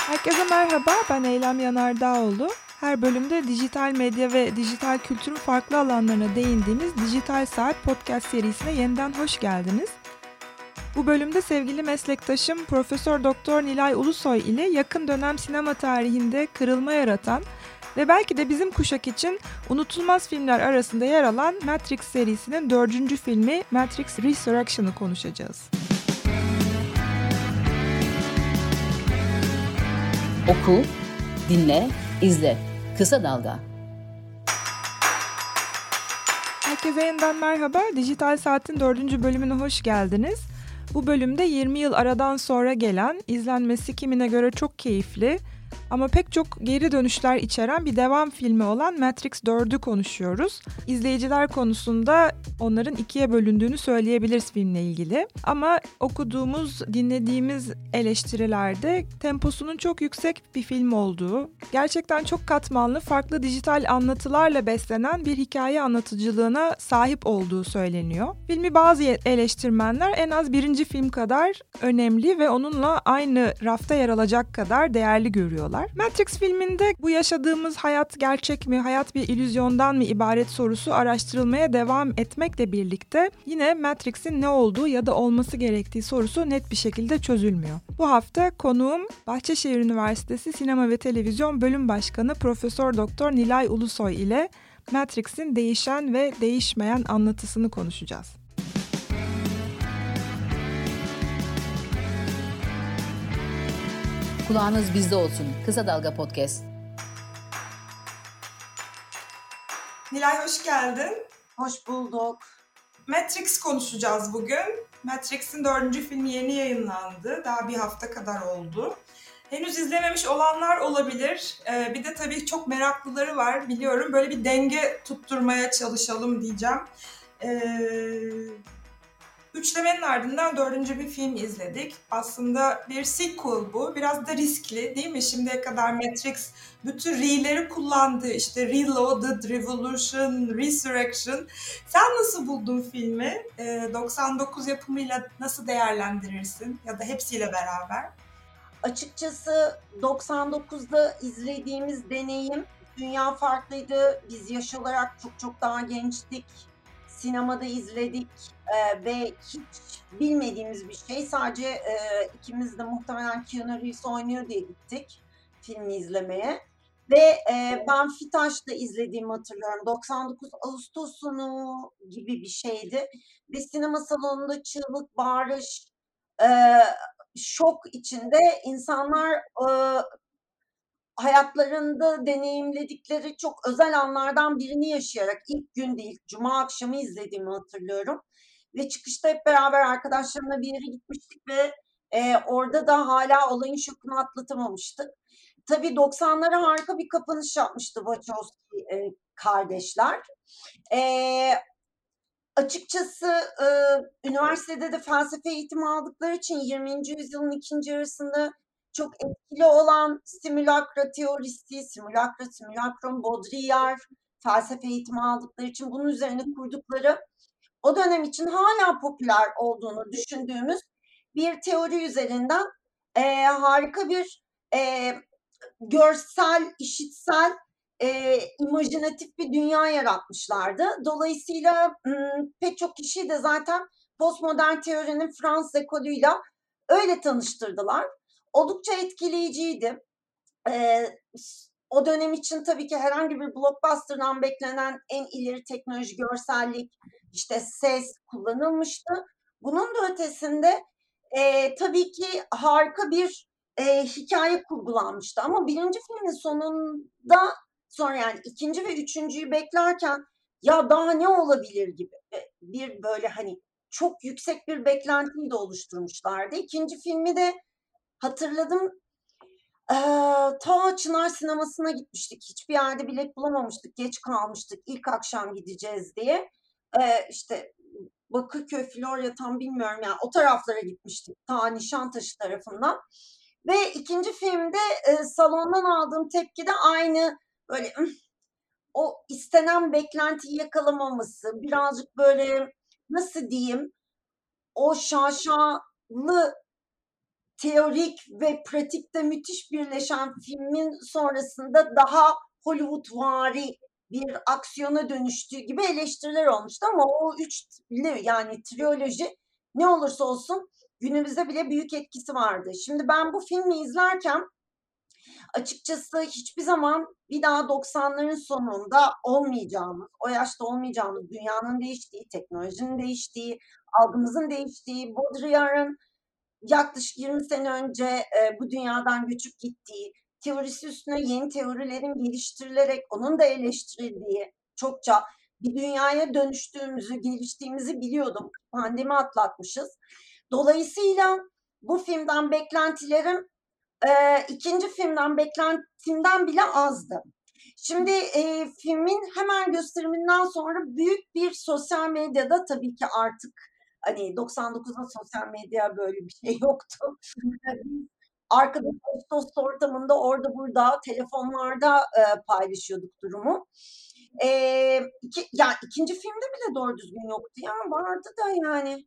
Herkese merhaba, ben Eylem Yanardağoğlu. Her bölümde dijital medya ve dijital kültürün farklı alanlarına değindiğimiz Dijital Saat podcast serisine yeniden hoş geldiniz. Bu bölümde sevgili meslektaşım Profesör Doktor Nilay Ulusoy ile yakın dönem sinema tarihinde kırılma yaratan ve belki de bizim kuşak için unutulmaz filmler arasında yer alan Matrix serisinin 4. filmi Matrix Resurrection'ı konuşacağız. Oku, dinle, izle. Kısa Dalga. Herkese yeniden merhaba. Dijital Saat'in 4. bölümüne hoş geldiniz. Bu bölümde 20 yıl aradan sonra gelen, izlenmesi kimine göre çok keyifli ama pek çok geri dönüşler içeren bir devam filmi olan Matrix 4'ü konuşuyoruz. İzleyiciler konusunda onların ikiye bölündüğünü söyleyebiliriz filmle ilgili. Ama okuduğumuz, dinlediğimiz eleştirilerde temposunun çok yüksek bir film olduğu, gerçekten çok katmanlı, farklı dijital anlatılarla beslenen bir hikaye anlatıcılığına sahip olduğu söyleniyor. Filmi bazı eleştirmenler en az birinci film kadar önemli ve onunla aynı rafta yer alacak kadar değerli görüyorlar. Matrix filminde bu yaşadığımız hayat gerçek mi, hayat bir illüzyondan mı ibaret sorusu araştırılmaya devam etmekle birlikte yine Matrix'in ne olduğu ya da olması gerektiği sorusu net bir şekilde çözülmüyor. Bu hafta konuğum Bahçeşehir Üniversitesi Sinema ve Televizyon Bölüm Başkanı Profesör Doktor Nilay Ulusoy ile Matrix'in değişen ve değişmeyen anlatısını konuşacağız. Kulağınız bizde olsun. Kısa Dalga Podcast. Nilay hoş geldin. Hoş bulduk. Matrix konuşacağız bugün. Matrix'in 4. filmi yeni yayınlandı. Daha bir hafta kadar oldu. Henüz izlememiş olanlar olabilir. Bir de tabii çok meraklıları var biliyorum. Böyle bir denge tutturmaya çalışalım diyeceğim. Üçlemenin ardından 4. bir film izledik. Aslında bir sequel bu. Biraz da riskli değil mi? Şimdiye kadar Matrix bütün R'leri kullandı. İşte Reloaded, Revolution, Resurrection. Sen nasıl buldun filmi? 99 yapımıyla nasıl değerlendirirsin? Ya da hepsiyle beraber? Açıkçası 99'da izlediğimiz deneyim, dünya farklıydı. Biz yaş olarak çok daha gençtik. Sinemada izledik ve hiç bilmediğimiz bir şey. Sadece ikimiz de muhtemelen Keanu Reeves oynuyor diye gittik filmi izlemeye. Ve ben Fitaş'ta izlediğimi hatırlıyorum. 99 Ağustos sonu gibi bir şeydi. Ve sinema salonunda çığlık, bağırış, şok içinde insanlar hayatlarında deneyimledikleri çok özel anlardan birini yaşayarak ilk gün değil, cuma akşamı izlediğimi hatırlıyorum. Ve çıkışta hep beraber arkadaşlarımla bir yere gitmiştik ve orada da hala olayın şokunu atlatamamıştık. Tabii 90'lara harika bir kapanış yapmıştı Wachowski kardeşler. Açıkçası üniversitede de felsefe eğitimi aldıkları için 20. yüzyılın ikinci yarısında çok etkili olan simülakra teorisi, simülakrum, Baudrillard felsefe eğitimi aldıkları için bunun üzerine kurdukları, o dönem için hala popüler olduğunu düşündüğümüz bir teori üzerinden harika bir görsel, işitsel, imajinatif bir dünya yaratmışlardı. Dolayısıyla pek çok kişiyi de zaten postmodern teorinin Fransız ekolüyle öyle tanıştırdılar. Oldukça etkileyiciydi. O dönem için tabii ki herhangi bir blockbuster'dan beklenen en ileri teknoloji, görsellik, işte ses kullanılmıştı. Bunun da ötesinde tabii ki harika bir hikaye kurgulanmıştı. Ama birinci filmin sonunda sonra yani ikinci ve üçüncüyü beklerken ya daha ne olabilir gibi bir böyle hani çok yüksek bir beklentiyi de oluşturmuşlardı. İkinci filmi de hatırladım. Ta Çınar sinemasına gitmiştik. Hiçbir yerde bilet bulamamıştık. Geç kalmıştık. İlk akşam gideceğiz diye. İşte Bakırköy, Florya tam bilmiyorum yani o taraflara gitmiştik. Ta Nişantaşı tarafından. Ve ikinci filmde salondan aldığım tepki de aynı böyle o istenen beklentiyi yakalamaması, birazcık böyle nasıl diyeyim o şaşalı teorik ve pratikte müthiş birleşen filmin sonrasında daha Hollywoodvari bir aksiyona dönüştüğü gibi eleştiriler olmuştu ama o üçlü yani triyoloji ne olursa olsun günümüzde bile büyük etkisi vardı. Şimdi ben bu filmi izlerken açıkçası hiçbir zaman bir daha 90'ların sonunda olmayacağımız, o yaşta olmayacağımız, dünyanın değiştiği, teknolojinin değiştiği, algımızın değiştiği, Baudrillard'ın yaklaşık 20 sene önce bu dünyadan göçüp gittiği, teorisi üstüne yeni teorilerin geliştirilerek onun da eleştirildiği çokça bir dünyaya dönüştüğümüzü, geliştiğimizi biliyordum. Pandemi atlatmışız. Dolayısıyla bu filmden beklentilerim ikinci filmden beklentimden bile azdı. Şimdi filmin hemen gösteriminden sonra büyük bir sosyal medyada tabii ki artık hani 99'da sosyal medya böyle bir şey yoktu. Arkadaş dost ortamında orada burada telefonlarda paylaşıyorduk durumu. İkinci filmde bile doğru düzgün yoktu ya vardı da yani.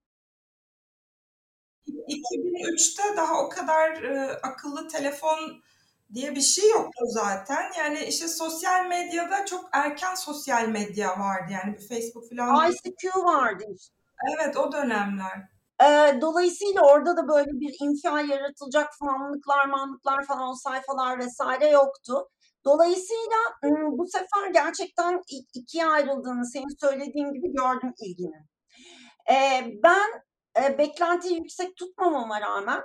2003'te daha o kadar akıllı telefon diye bir şey yoktu zaten. Yani işte sosyal medyada çok erken sosyal medya vardı. Yani bir Facebook falan. ICQ vardı işte. Evet, o dönemler. Dolayısıyla orada da böyle bir infial yaratılacak manlıklar falan o sayfalar vesaire yoktu. Dolayısıyla bu sefer gerçekten ikiye ayrıldığını senin söylediğin gibi gördüm ilgini. Ben beklentiyi yüksek tutmamama rağmen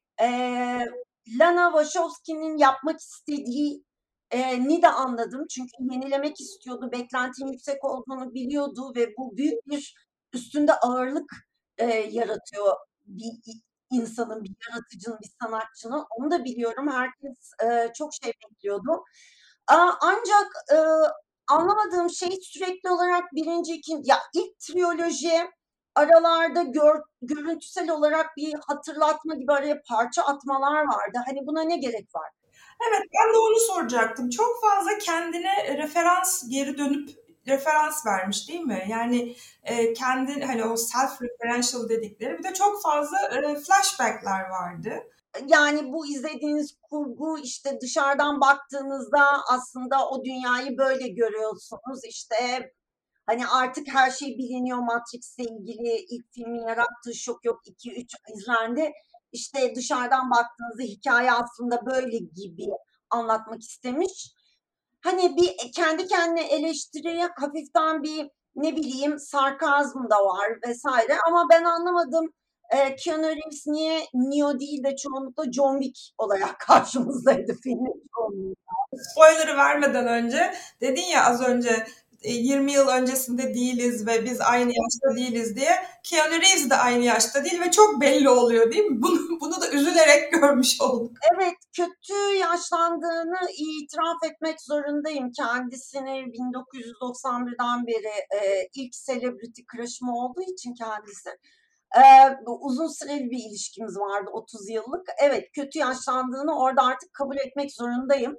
Lana Wachowski'nin yapmak istediği ni de anladım. Çünkü yenilemek istiyordu. Beklentinin yüksek olduğunu biliyordu ve bu büyük bir üstünde ağırlık yaratıyor bir insanın, bir yaratıcının, bir sanatçının. Onu da biliyorum. Herkes çok şey bekliyordu. Ancak anlamadığım şey sürekli olarak birinci, ikinci, ya ilk triyoloji aralarda görüntüsel olarak bir hatırlatma gibi araya parça atmalar vardı. Hani buna ne gerek var? Evet, ben de onu soracaktım. Çok fazla kendine referans geri dönüp referans vermiş değil mi? Yani kendi hani o self-referential dedikleri bir de çok fazla flashback'ler vardı. Yani bu izlediğiniz kurgu işte dışarıdan baktığınızda aslında o dünyayı böyle görüyorsunuz. İşte hani artık her şey biliniyor Matrix'le ilgili ilk filmin yarattığı şok yok 2-3 izlendi. İşte dışarıdan baktığınızda hikaye aslında böyle gibi anlatmak istemiş. Hani bir kendi kendine eleştiriye hafiften bir ne bileyim sarkazm da var vesaire ama ben anlamadım. Keanu Reeves niye Neo değil de çoğunlukla John Wick olarak karşımızdaydı filmin çoğunlukla. Spoiler'ı vermeden önce dedin ya az önce 20 yıl öncesinde değiliz ve biz aynı yaşta değiliz diye. Keanu Reeves de aynı yaşta değil ve çok belli oluyor değil mi? Bunu da üzülerek görmüş olduk. Evet, kötü yaşlandığını itiraf etmek zorundayım. Kendisini 1991'den beri ilk celebrity crush'ım olduğu için kendisi. Uzun süreli bir ilişkimiz vardı 30 yıllık. Evet, kötü yaşlandığını orada artık kabul etmek zorundayım.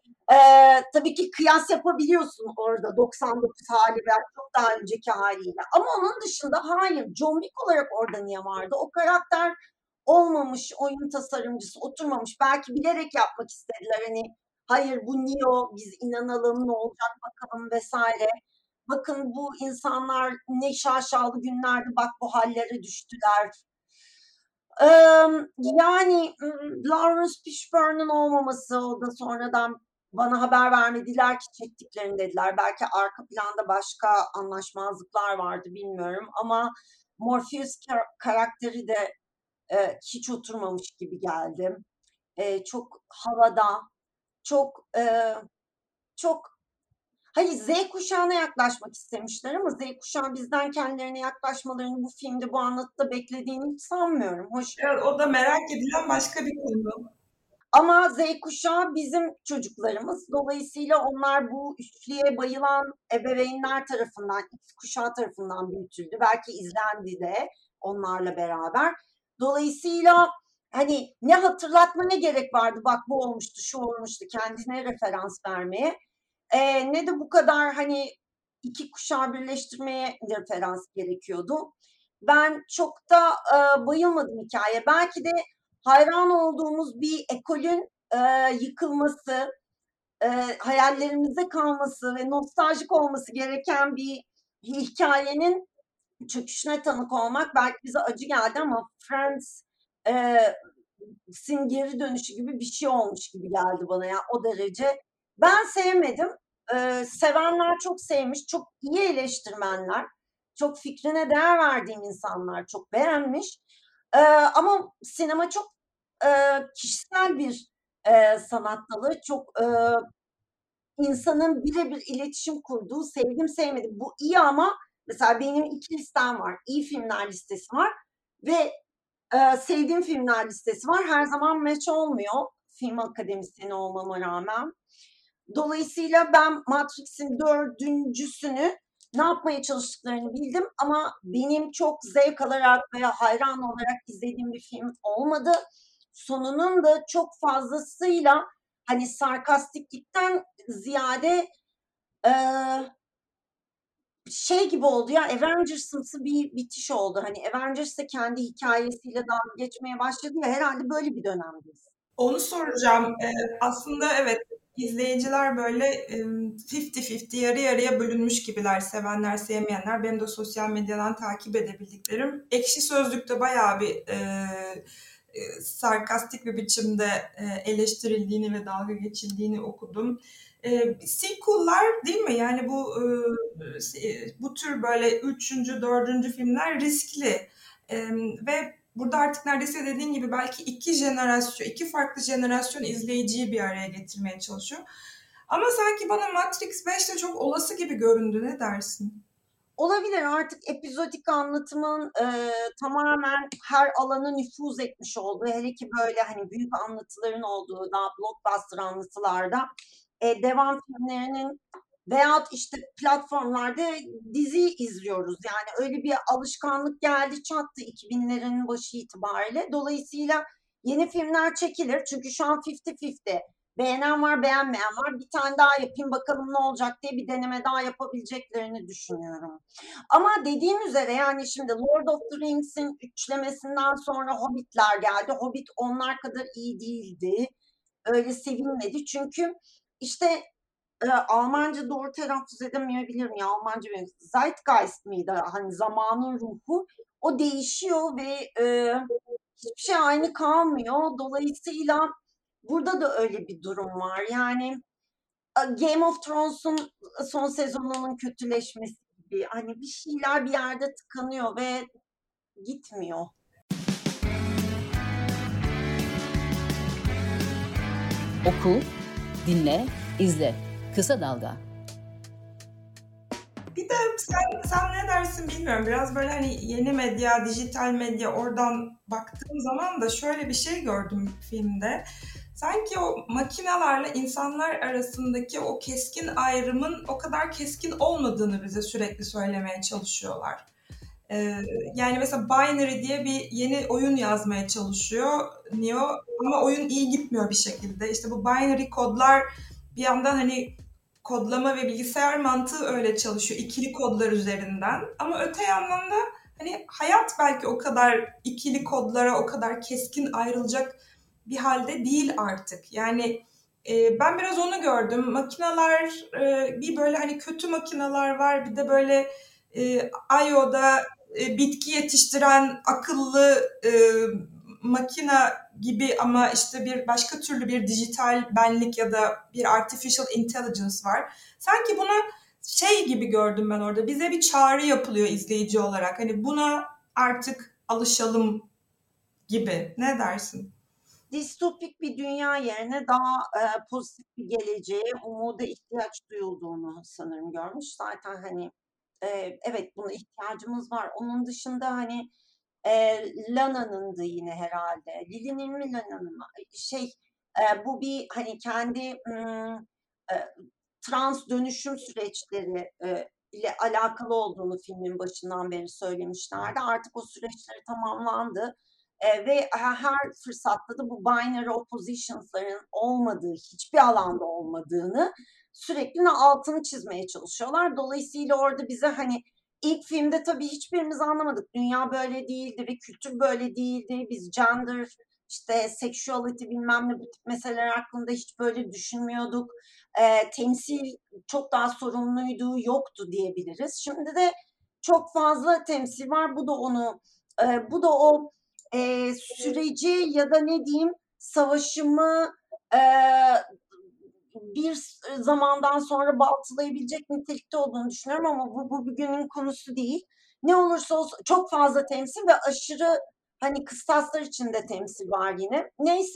Tabii ki kıyas yapabiliyorsun orada 99 hali ve çok daha önceki haliyle. Ama onun dışında hayır, John Wick olarak orada niye vardı? O karakter olmamış, oyun tasarımcısı oturmamış. Belki bilerek yapmak istediler. Hani hayır bu Neo, biz inanalım ne olacak bakalım vesaire. Bakın bu insanlar ne şaşalı günlerdi, bak bu hallere düştüler. Yani Lawrence Fishburne'ın olmaması, o da sonradan bana haber vermediler ki çektiklerini dediler. Belki arka planda başka anlaşmazlıklar vardı bilmiyorum ama Morpheus karakteri de hiç oturmamış gibi geldi. Çok havada, çok çok hayır Z kuşağına yaklaşmak istemişler ama Z kuşağı bizden kendilerine yaklaşmalarını bu filmde bu anlatıda beklediğini hiç sanmıyorum. Hoş. Evet, o da merak edilen başka bir konu. Ama Z kuşağı bizim çocuklarımız. Dolayısıyla onlar bu üçlüye bayılan ebeveynler tarafından, X kuşağı tarafından büyütüldü. Belki izlendi de onlarla beraber. Dolayısıyla hani ne hatırlatma ne gerek vardı? Bak bu olmuştu, şu olmuştu kendine referans vermeye. Ne de bu kadar hani iki kuşağı birleştirmeye referans gerekiyordu. Ben çok da bayılmadım hikaye. Belki de hayran olduğumuz bir ekolün yıkılması, hayallerimizde kalması ve nostaljik olması gereken bir hikayenin çöküşüne tanık olmak belki bize acı geldi ama Friends'in geri dönüşü gibi bir şey olmuş gibi geldi bana ya, o derece. Ben sevmedim. Sevenler çok sevmiş, çok iyi eleştirmenler, çok fikrine değer verdiğim insanlar çok beğenmiş. Ama sinema çok kişisel bir sanat dalı, çok insanın birebir iletişim kurduğu, sevdim sevmedim. Bu iyi ama mesela benim 2 listem var. İyi filmler listesi var ve sevdiğim filmler listesi var. Her zaman match olmuyor film akademisyeni olmama rağmen. Dolayısıyla ben Matrix'in 4.'sünü ne yapmaya çalıştıklarını bildim ama benim çok zevk alarak veya hayran olarak izlediğim bir film olmadı. Sonunun da çok fazlasıyla hani sarkastiklikten ziyade şey gibi oldu ya, Avengers'ımsı bir bitiş oldu. Hani Avengers de kendi hikayesiyle dalga geçmeye başladı ya, herhalde böyle bir dönemdeyiz. Onu soracağım. Aslında evet, izleyiciler böyle 50-50 yarı yarıya bölünmüş gibiler. Sevenler, sevmeyenler. Benim de sosyal medyadan takip edebildiklerim. Ekşi Sözlük'te bayağı bir sarkastik bir biçimde eleştirildiğini ve dalga geçildiğini okudum. Sequel'lar değil mi? Yani bu tür böyle 3. 4. filmler riskli. Ve burada artık neredeyse dediğin gibi belki iki farklı jenerasyon izleyiciyi bir araya getirmeye çalışıyor. Ama sanki bana Matrix 5 de çok olası gibi göründü. Ne dersin? Olabilir, artık epizodik anlatımın tamamen her alana nüfuz etmiş olduğu, hele ki böyle hani büyük anlatıların olduğu daha blockbuster anlatılarda devam filmlerinin veyahut işte platformlarda dizi izliyoruz. Yani öyle bir alışkanlık geldi çattı 2000'lerin başı itibariyle. Dolayısıyla yeni filmler çekilir. Çünkü şu an 50-50. Beğenen var, beğenmeyen var. Bir tane daha yapayım bakalım ne olacak diye bir deneme daha yapabileceklerini düşünüyorum. Ama dediğim üzere yani şimdi Lord of the Rings'in üçlemesinden sonra Hobbit'ler geldi. Hobbit onlar kadar iyi değildi. Öyle sevilmedi. Çünkü işte Almanca doğru telaffuz edemeyebilirim ya. Almanca benim. Zeitgeist miydi? Hani zamanın ruhu. O değişiyor ve hiçbir şey aynı kalmıyor. Dolayısıyla burada da öyle bir durum var. Yani Game of Thrones'un son sezonunun kötüleşmesi gibi. Hani bir şeyler bir yerde tıkanıyor ve gitmiyor. Oku, dinle, izle. Kısa Dalga. Bir de sen ne dersin bilmiyorum. Biraz böyle hani yeni medya, dijital medya oradan baktığım zaman da şöyle bir şey gördüm filmde. Sanki o makinelerle insanlar arasındaki o keskin ayrımın o kadar keskin olmadığını bize sürekli söylemeye çalışıyorlar. Yani mesela Binary diye bir yeni oyun yazmaya çalışıyor Neo ama oyun iyi gitmiyor bir şekilde. İşte bu binary kodlar bir yandan hani kodlama ve bilgisayar mantığı öyle çalışıyor ikili kodlar üzerinden. Ama öte yandan da hani hayat belki o kadar ikili kodlara o kadar keskin ayrılacak bir halde değil artık. Yani ben biraz onu gördüm. Makineler bir böyle hani kötü makineler var, bir de böyle IO'da bitki yetiştiren akıllı makina gibi ama işte bir başka türlü bir dijital benlik ya da bir artificial intelligence var. Sanki buna şey gibi gördüm ben orada. Bize bir çağrı yapılıyor izleyici olarak. Hani buna artık alışalım gibi. Ne dersin? Distopik bir dünya yerine daha pozitif bir geleceğe, umuda ihtiyaç duyulduğunu sanırım görmüş. Zaten hani evet buna ihtiyacımız var. Onun dışında hani Lana'nın da yine herhalde. Lily'nin mi Lana'nın mı? Bu bir hani kendi e, trans dönüşüm süreçleri ile alakalı olduğunu filmin başından beri söylemişlerdi. Artık o süreçleri tamamlandı. Ve her fırsatta da bu binary oppositions'ların olmadığı, hiçbir alanda olmadığını sürekli altını çizmeye çalışıyorlar. Dolayısıyla orada bize hani ilk filmde tabii hiçbirimiz anlamadık. Dünya böyle değildi ve kültür böyle değildi. Biz gender işte sexuality bilmem ne bu tip meseleler hakkında hiç böyle düşünmüyorduk. Temsil çok daha sorunluydu, yoktu diyebiliriz. Şimdi de çok fazla temsil var. Bu da o süreci ya da ne diyeyim savaşımı bir zamandan sonra baltalayabilecek nitelikte olduğunu düşünüyorum ama bu bugünün konusu değil. Ne olursa olsun çok fazla temsil ve aşırı hani kıstaslar içinde temsil var yine. Neyse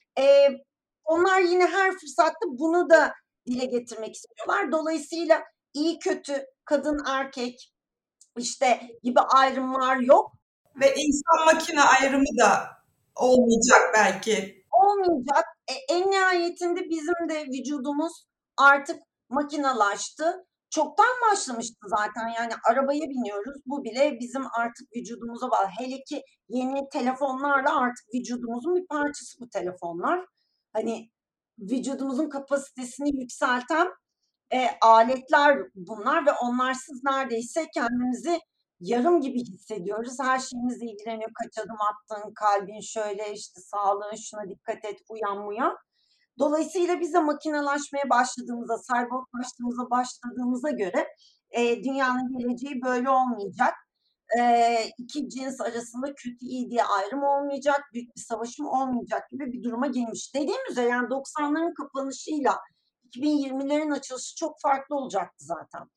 onlar yine her fırsatta bunu da dile getirmek istiyorlar. Dolayısıyla iyi kötü, kadın erkek işte gibi ayrımlar yok. Ve insan makine ayrımı da olmayacak belki. Olmayacak. En nihayetinde bizim de vücudumuz artık makinalaştı. Çoktan başlamıştı zaten. Yani arabaya biniyoruz. Bu bile bizim artık vücudumuza bağlı. Hele ki yeni telefonlarla artık vücudumuzun bir parçası bu telefonlar. Hani vücudumuzun kapasitesini yükselten aletler bunlar ve onlarsız neredeyse kendimizi yarım gibi hissediyoruz. Her şeyimizle ilgileniyor. Kaç adım attın, kalbin şöyle, işte sağlığın şuna dikkat et, uyan. Dolayısıyla biz de makinelaşmaya başladığımızda, cyborglaştığımıza başladığımıza göre dünyanın geleceği böyle olmayacak. İki cins arasında kötü iyi diye ayrım olmayacak, büyük bir savaşım olmayacak gibi bir duruma gelmiş. Dediğim üzere yani 90'ların kapanışıyla 2020'lerin açılışı çok farklı olacaktı zaten.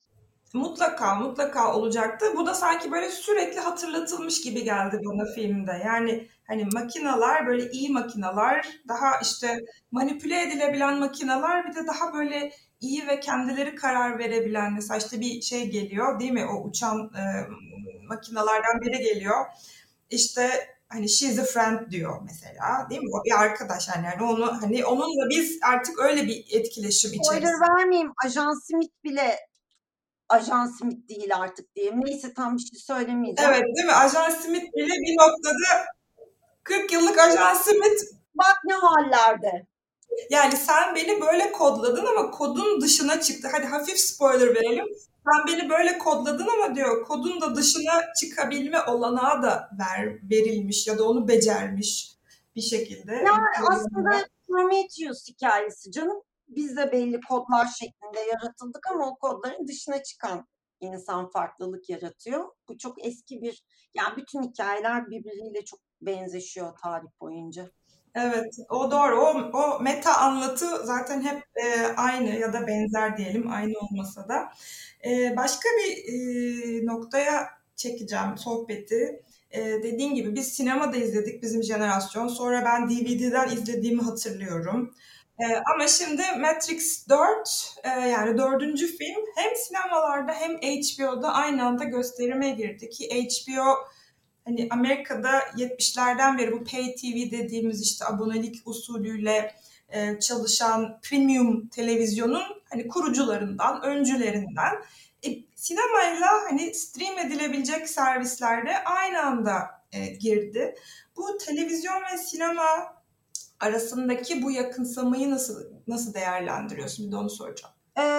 Mutlaka olacaktı. Bu da sanki böyle sürekli hatırlatılmış gibi geldi bana filmde. Yani hani makinalar, böyle iyi makinalar, daha işte manipüle edilebilen makinalar, bir de daha böyle iyi ve kendileri karar verebilen, mesela işte bir şey geliyor değil mi? O uçan makinalardan biri geliyor. İşte hani she's a friend diyor mesela, değil mi? O bir arkadaş yani onu hani onunla biz artık öyle bir etkileşim içerisinde. Spoiler vermeyeyim. Ajan Smith bile Ajan Smith değil artık diyeyim. Neyse tam bir şey söylemeyeceğim. Evet değil mi? Ajan Smith bile bir noktada 40 yıllık Ajan Smith. Bak ne hallerde. Yani sen beni böyle kodladın ama kodun dışına çıktı. Hadi hafif spoiler verelim. Sen beni böyle kodladın ama diyor kodun da dışına çıkabilme olanağı da verilmiş ya da onu becermiş bir şekilde. Yani aslında Prometheus hikayesi canım. Biz de belli kodlar şeklinde yaratıldık ama o kodların dışına çıkan insan farklılık yaratıyor. Bu çok eski bir, yani bütün hikayeler birbiriyle çok benzeşiyor tarih boyunca. Evet, o doğru. O meta anlatı zaten hep aynı ya da benzer diyelim, aynı olmasa da. Başka bir noktaya çekeceğim sohbeti. Dediğin gibi biz sinemada izledik, bizim jenerasyon. Sonra ben DVD'den izlediğimi hatırlıyorum. Ama şimdi Matrix 4, yani 4. film hem sinemalarda hem HBO'da aynı anda gösterime girdi ki HBO hani Amerika'da 70'lerden beri bu Pay TV dediğimiz işte abonelik usulüyle çalışan premium televizyonun hani kurucularından, öncülerinden. Sinemayla hani stream edilebilecek servislerde aynı anda girdi. Bu televizyon ve sinema arasındaki bu yakınsamayı nasıl değerlendiriyorsun? Bir de onu soracağım.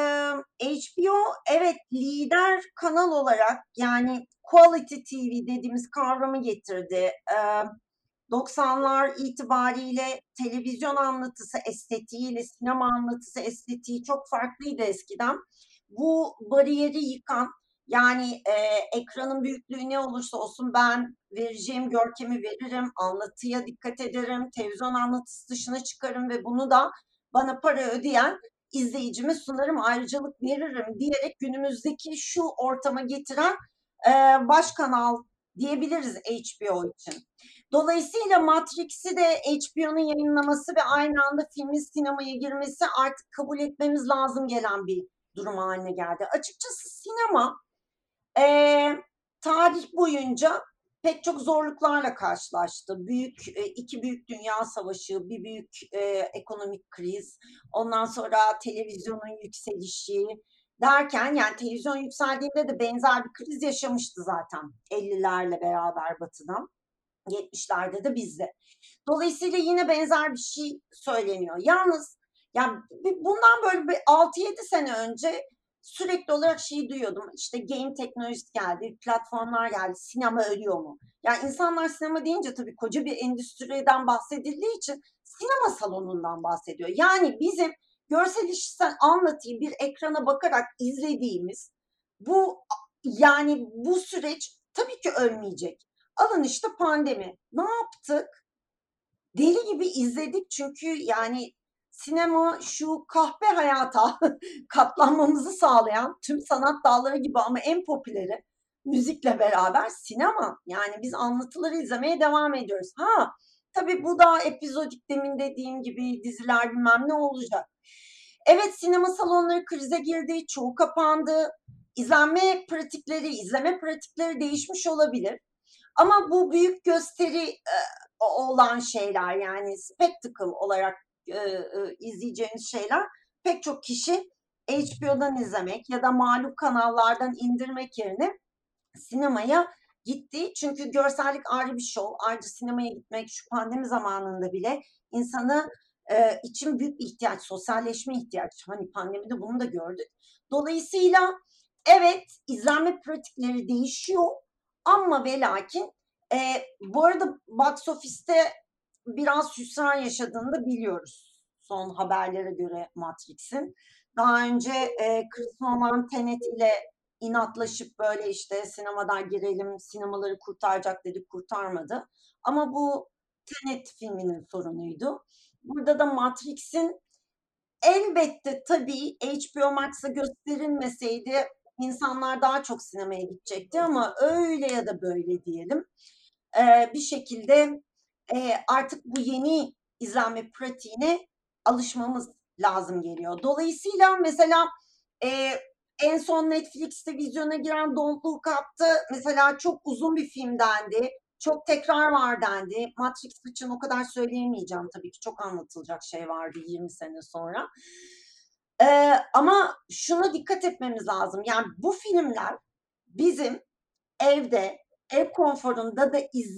HBO evet lider kanal olarak yani Quality TV dediğimiz kavramı getirdi. 90'lar itibariyle televizyon anlatısı estetiğiyle sinema anlatısı estetiği çok farklıydı eskiden. Bu bariyeri yıkan, yani ekranın büyüklüğü ne olursa olsun ben vereceğim görkemi veririm, anlatıya dikkat ederim, televizyon anlatısı dışına çıkarım ve bunu da bana para ödeyen izleyicime sunarım, ayrıcalık veririm diyerek günümüzdeki şu ortama getiren baş kanal diyebiliriz HBO için. Dolayısıyla Matrix'i de HBO'nun yayınlaması ve aynı anda filmin sinemaya girmesi artık kabul etmemiz lazım gelen bir durum haline geldi. Açıkçası sinema tarih boyunca pek çok zorluklarla karşılaştı. İki büyük dünya savaşı, bir büyük ekonomik kriz, ondan sonra televizyonun yükselişi derken, yani televizyon yükseldiğinde de benzer bir kriz yaşamıştı zaten 50'lerle beraber Batı'dan. 70'lerde de bizde. Dolayısıyla yine benzer bir şey söyleniyor. Yalnız yani bundan böyle bir 6-7 sene önce sürekli olarak şeyi duyuyordum. İşte game teknolojisi geldi, platformlar geldi, sinema ölüyor mu? Yani insanlar sinema deyince tabii koca bir endüstriden bahsedildiği için sinema salonundan bahsediyor. Yani bizim görsel işitsel anlatıyı bir ekrana bakarak izlediğimiz bu süreç tabii ki ölmeyecek. Alın işte pandemi. Ne yaptık? Deli gibi izledik çünkü yani sinema şu kahpe hayata katlanmamızı sağlayan tüm sanat dalları gibi ama en popüleri müzikle beraber sinema. Yani biz anlatıları izlemeye devam ediyoruz. Tabii bu da epizodik, demin dediğim gibi diziler bilmem ne olacak. Evet, sinema salonları krize girdi, çoğu kapandı. İzleme pratikleri değişmiş olabilir. Ama bu büyük gösteri olan şeyler, yani spectacle olarak izleyeceğiniz şeyler, pek çok kişi HBO'dan izlemek ya da malum kanallardan indirmek yerine sinemaya gitti. Çünkü görsellik ayrı bir şov. Ayrıca sinemaya gitmek şu pandemi zamanında bile insanı için büyük bir ihtiyaç, sosyalleşme ihtiyacı. Hani pandemide bunu da gördük. Dolayısıyla evet, izlenme pratikleri değişiyor ama ve lakin bu arada box office'te biraz hüsran yaşadığını da biliyoruz. Son haberlere göre Matrix'in. Daha önce Chris Nolan Tenet ile inatlaşıp böyle işte sinemadan girelim, sinemaları kurtaracak dedi, kurtarmadı. Ama bu Tenet filminin sorunuydu. Burada da Matrix'in elbette tabii HBO Max'a gösterilmeseydi insanlar daha çok sinemaya gidecekti ama öyle ya da böyle diyelim. Bir şekilde artık bu yeni izlenme pratiğine alışmamız lazım geliyor. Dolayısıyla mesela en son Netflix'te vizyona giren Don't Look Up'tı mesela çok uzun bir film dendi. Çok tekrar var dendi. Matrix için o kadar söyleyemeyeceğim tabii ki. Çok anlatılacak şey vardı 20 sene sonra. Ama şuna dikkat etmemiz lazım. Yani bu filmler bizim evde, ev konforunda da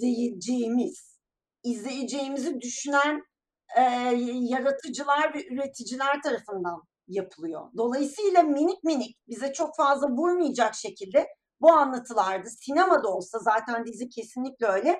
izleyeceğimizi düşünen yaratıcılar ve üreticiler tarafından yapılıyor. Dolayısıyla minik minik, bize çok fazla vurmayacak şekilde bu anlatılarda, sinemada olsa zaten dizi kesinlikle öyle,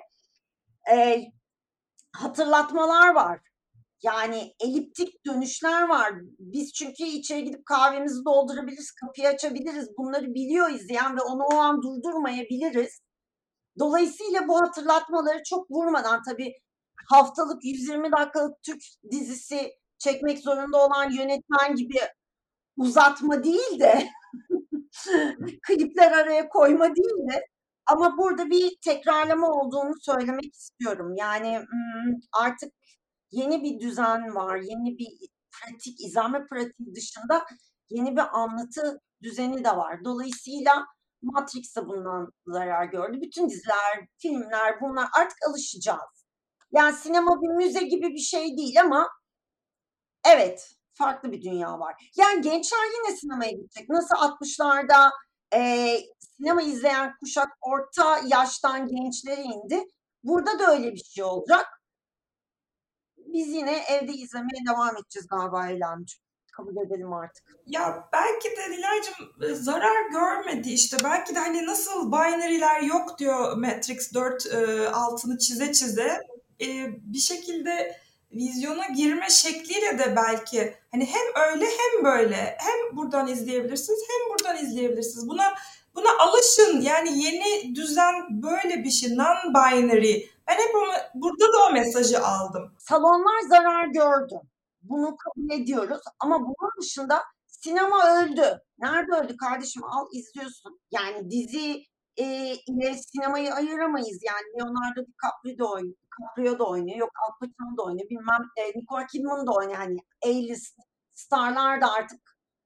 hatırlatmalar var. Yani eliptik dönüşler var. Biz çünkü içeri gidip kahvemizi doldurabiliriz, kapıyı açabiliriz. Bunları biliyor izleyen ve onu o an durdurmayabiliriz. Dolayısıyla bu hatırlatmaları çok vurmadan, tabii haftalık 120 dakikalık Türk dizisi çekmek zorunda olan yönetmen gibi uzatma değil de klipler araya koyma değil de, ama burada bir tekrarlama olduğunu söylemek istiyorum. Yani artık yeni bir düzen var, yeni bir pratik, izleme pratiği dışında yeni bir anlatı düzeni de var. Dolayısıyla Matrix de bundan zarar gördü. Bütün diziler, filmler, bunlar artık alışacağız. Yani sinema bir müze gibi bir şey değil ama evet, farklı bir dünya var. Yani gençler yine sinemaya gidecek. Nasıl 60'larda sinema izleyen kuşak orta yaştan gençlere indi. Burada da öyle bir şey olacak. Biz yine evde izlemeye devam edeceğiz galiba Eylemciğim. Kabul edelim artık. Ya belki de Nilay'cığım zarar görmedi işte. Belki de hani nasıl binary'ler yok diyor Matrix 4 altını çize çize. Bir şekilde vizyona girme şekliyle de belki hani hem öyle hem böyle, hem buradan izleyebilirsiniz hem buradan izleyebilirsiniz. Buna alışın. Yani yeni düzen böyle bir şey, non-binary. Ben hep burada da o mesajı aldım. Salonlar zarar gördü. Bunu kabul ediyoruz ama bunun dışında sinema öldü. Nerede öldü kardeşim? Al izliyorsun. Yani dizi ile sinemayı ayıramayız. Yani Leonardo DiCaprio da oynuyor. Yok, Al Pacino da oynuyor. Bilmem Nicole Kidman da oynuyor. Hani A-list starlar da artık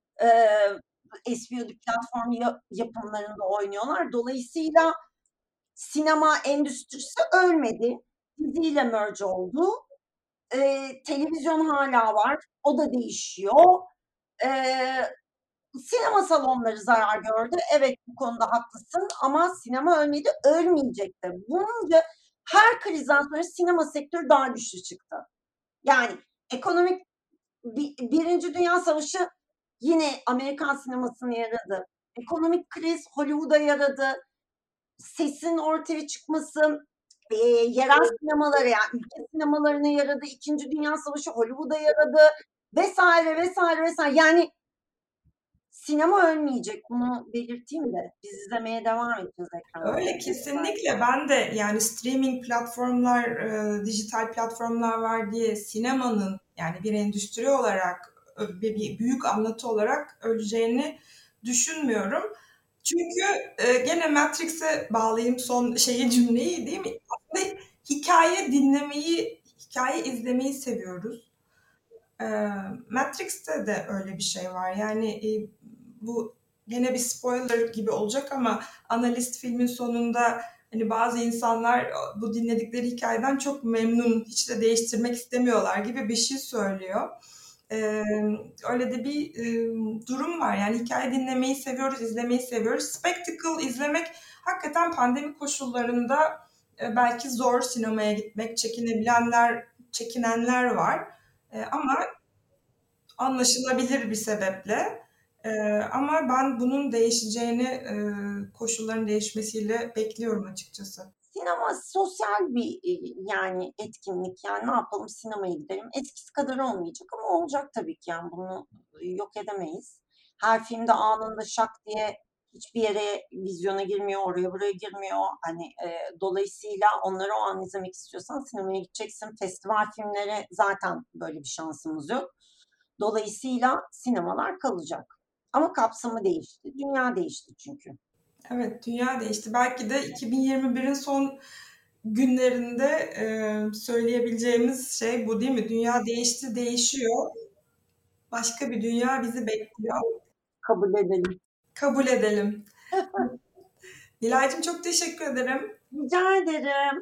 SVOD platform yapımlarında oynuyorlar. Dolayısıyla sinema endüstrisi ölmedi. Diziyle merge oldu. Televizyon hala var. O da değişiyor. Sinema salonları zarar gördü. Evet, bu konuda haklısın ama sinema ölmedi, ölmeyecek de. Bunca her krizden sonra sinema sektörü daha güçlü çıktı. Yani ekonomik Birinci Dünya Savaşı yine Amerikan sinemasını yaradı. Ekonomik kriz Hollywood'a yaradı. Sesin ortaya çıkması yerel sinemalara, yani ülke sinemalarına yaradı. İkinci Dünya Savaşı Hollywood'a yaradı. Vesaire vesaire vesaire. Yani sinema ölmeyecek, bunu belirteyim de biz izlemeye devam edeceğiz ekranda. Öyle kesinlikle. Ben de yani streaming platformlar, dijital platformlar var diye sinemanın yani bir endüstri olarak, bir büyük anlatı olarak öleceğini düşünmüyorum. Çünkü gene Matrix'e bağlayayım son cümleyi, değil mi? Aslında hikaye dinlemeyi, hikaye izlemeyi seviyoruz. Matrix'te de öyle bir şey var. Yani bu gene bir spoiler gibi olacak ama analist filmin sonunda hani bazı insanlar bu dinledikleri hikayeden çok memnun, hiç de değiştirmek istemiyorlar gibi bir şey söylüyor. Öyle de bir durum var. Yani hikaye dinlemeyi seviyoruz, izlemeyi seviyoruz. Spectacle izlemek hakikaten pandemi koşullarında belki zor, sinemaya gitmek, çekinenler var. Ama anlaşılabilir bir sebeple. Ama ben bunun değişeceğini, koşulların değişmesiyle bekliyorum açıkçası. Sinema sosyal bir yani etkinlik. Yani ne yapalım, sinemaya gidelim. Eskisi kadar olmayacak ama olacak tabii ki, yani bunu yok edemeyiz. Her filmde anında şak diye hiçbir yere vizyona girmiyor, oraya buraya girmiyor. Hani dolayısıyla onları o an izlemek istiyorsan sinemaya gideceksin. Festival filmleri zaten böyle bir şansımız yok. Dolayısıyla sinemalar kalacak. Ama kapsamı değişti. Dünya değişti çünkü. Evet, dünya değişti. Belki de 2021'in son günlerinde söyleyebileceğimiz şey bu, değil mi? Dünya değişti, değişiyor. Başka bir dünya bizi bekliyor. Kabul edelim. Kabul edelim. Nilay'cığım çok teşekkür ederim. Rica ederim.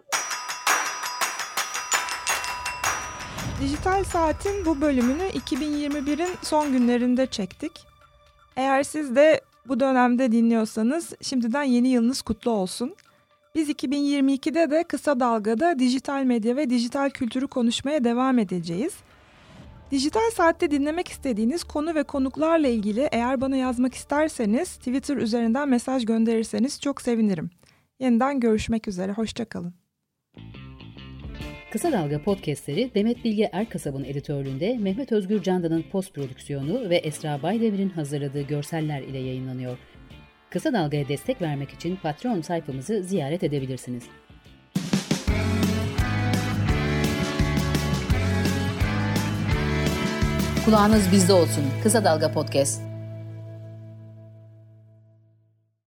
Dijital Saat'in bu bölümünü 2021'in son günlerinde çektik. Eğer siz de bu dönemde dinliyorsanız şimdiden yeni yılınız kutlu olsun. Biz 2022'de de Kısa Dalga'da dijital medya ve dijital kültürü konuşmaya devam edeceğiz. Dijital Saat'te dinlemek istediğiniz konu ve konuklarla ilgili eğer bana yazmak isterseniz Twitter üzerinden mesaj gönderirseniz çok sevinirim. Yeniden görüşmek üzere, hoşça kalın. Kısa Dalga podcastleri Demet Bilge Erkasab'ın editörlüğünde Mehmet Özgür Candan'ın post prodüksiyonu ve Esra Baydemir'in hazırladığı görseller ile yayınlanıyor. Kısa Dalga'ya destek vermek için Patreon sayfamızı ziyaret edebilirsiniz. Kulağınız bizde olsun. Kısa Dalga Podcast.